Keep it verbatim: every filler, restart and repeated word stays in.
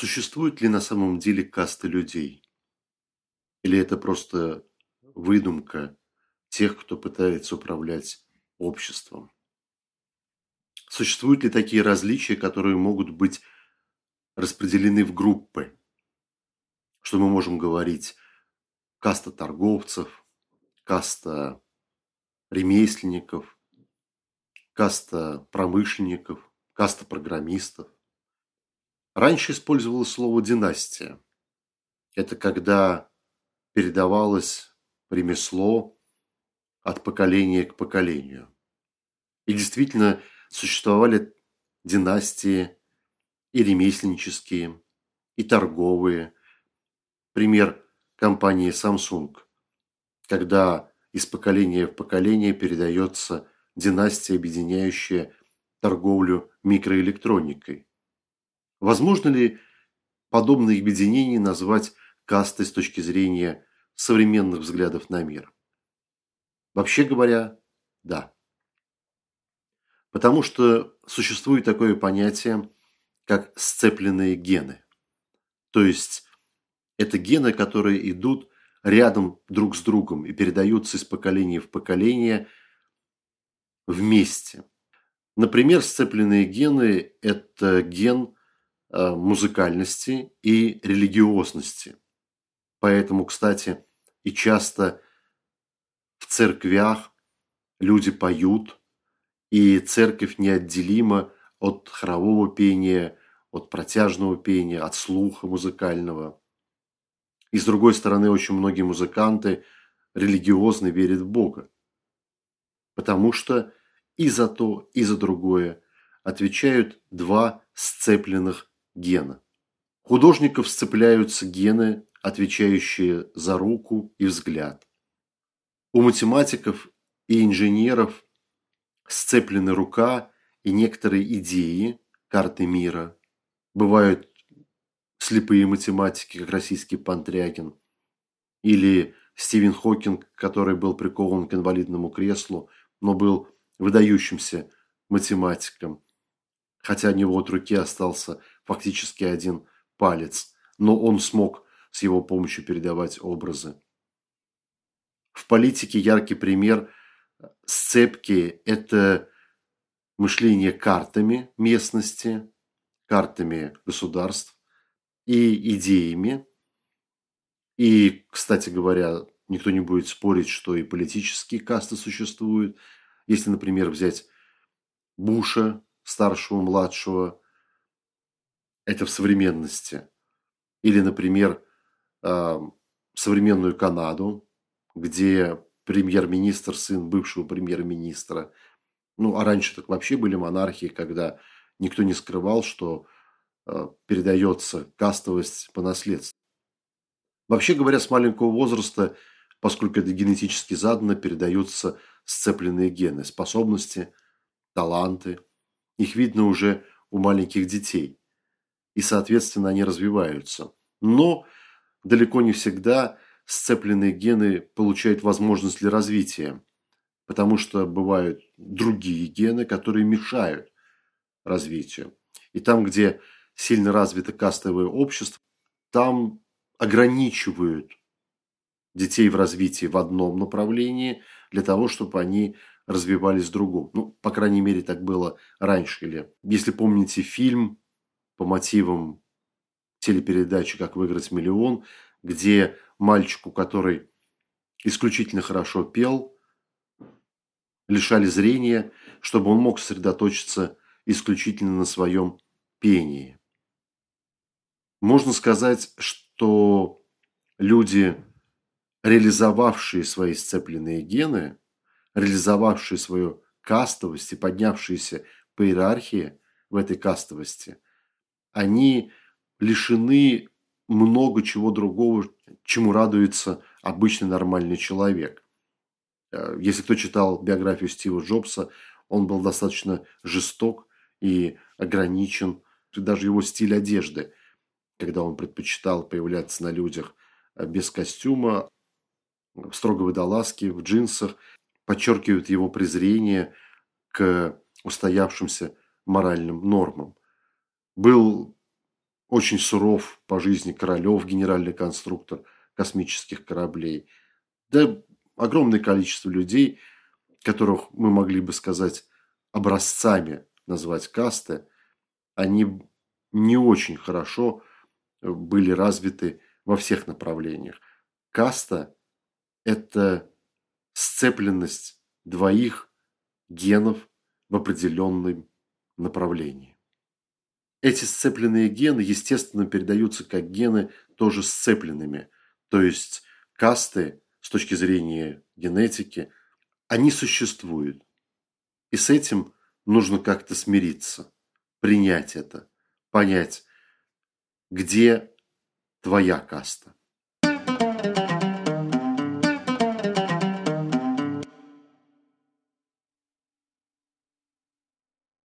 Существуют ли на самом деле касты людей? Или это просто выдумка тех, кто пытается управлять обществом? Существуют ли такие различия, которые могут быть распределены в группы? Что мы можем говорить? Каста торговцев, каста ремесленников, каста промышленников, каста программистов. Раньше использовалось слово «династия». Это когда передавалось ремесло от поколения к поколению. И действительно существовали династии и ремесленнические, и торговые. Пример компании Samsung, когда из поколения в поколение передается династия, объединяющая торговлю микроэлектроникой. Возможно ли подобные объединения назвать кастой с точки зрения современных взглядов на мир? Вообще говоря, да. Потому что существует такое понятие, как сцепленные гены. То есть это гены, которые идут рядом друг с другом и передаются из поколения в поколение вместе. Например, сцепленные гены – это ген э, музыкальности и религиозности. Поэтому, кстати, и часто в церквях люди поют, и церковь неотделима от хорового пения, от протяжного пения, от слуха музыкального. И с другой стороны, очень многие музыканты религиозно верят в Бога. Потому что и за то, и за другое отвечают два сцепленных гена. У художников сцепляются гены, отвечающие за руку и взгляд. У математиков и инженеров сцеплены рука и некоторые идеи, карты мира. Бывают слепые математики, как российский Пантрякин, или Стивен Хокинг, который был прикован к инвалидному креслу, но был выдающимся математиком, хотя у него от руки остался фактически один палец, но он смог с его помощью передавать образы. В политике яркий пример сцепки – это мышление картами местности, картами государств и идеями. И, кстати говоря, никто не будет спорить, что и политические касты существуют. Если, например, взять Буша, старшего, младшего, это в современности. Или, например, современную Канаду, где премьер-министр, сын бывшего премьер-министра. Ну, а раньше так вообще были монархии, когда никто не скрывал, что передается кастовость по наследству. Вообще говоря, с маленького возраста, поскольку это генетически задано, передаются сцепленные гены, способности, таланты. Их видно уже у маленьких детей. И, соответственно, они развиваются. Но далеко не всегда сцепленные гены получают возможность для развития. Потому что бывают другие гены, которые мешают развитию. И там, где сильно развито кастовое общество, там ограничивают детей в развитии в одном направлении для того, чтобы они развивались в другом. Ну, по крайней мере, так было раньше. Или, если помните фильм по мотивам телепередачи «Как выиграть миллион», где мальчику, который исключительно хорошо пел, лишали зрения, чтобы он мог сосредоточиться исключительно на своем пении. Можно сказать, что люди, реализовавшие свои сцепленные гены, реализовавшие свою кастовость и поднявшиеся по иерархии в этой кастовости, они лишены много чего другого, чему радуется обычный нормальный человек. Если кто читал биографию Стива Джобса, он был достаточно жесток и ограничен. Даже его стиль одежды, когда он предпочитал появляться на людях без костюма, в строгой водолазке, в джинсах, подчеркивает его презрение к устоявшимся моральным нормам. Был очень суров по жизни Королев, генеральный конструктор космических кораблей. Да, огромное количество людей, которых мы могли бы сказать образцами назвать касты, они не очень хорошо были развиты во всех направлениях. Каста – это сцепленность двоих генов в определенном направлении. Эти сцепленные гены, естественно, передаются как гены тоже сцепленными. То есть касты с точки зрения генетики, они существуют. И с этим нужно как-то смириться, принять это, понять, где твоя каста.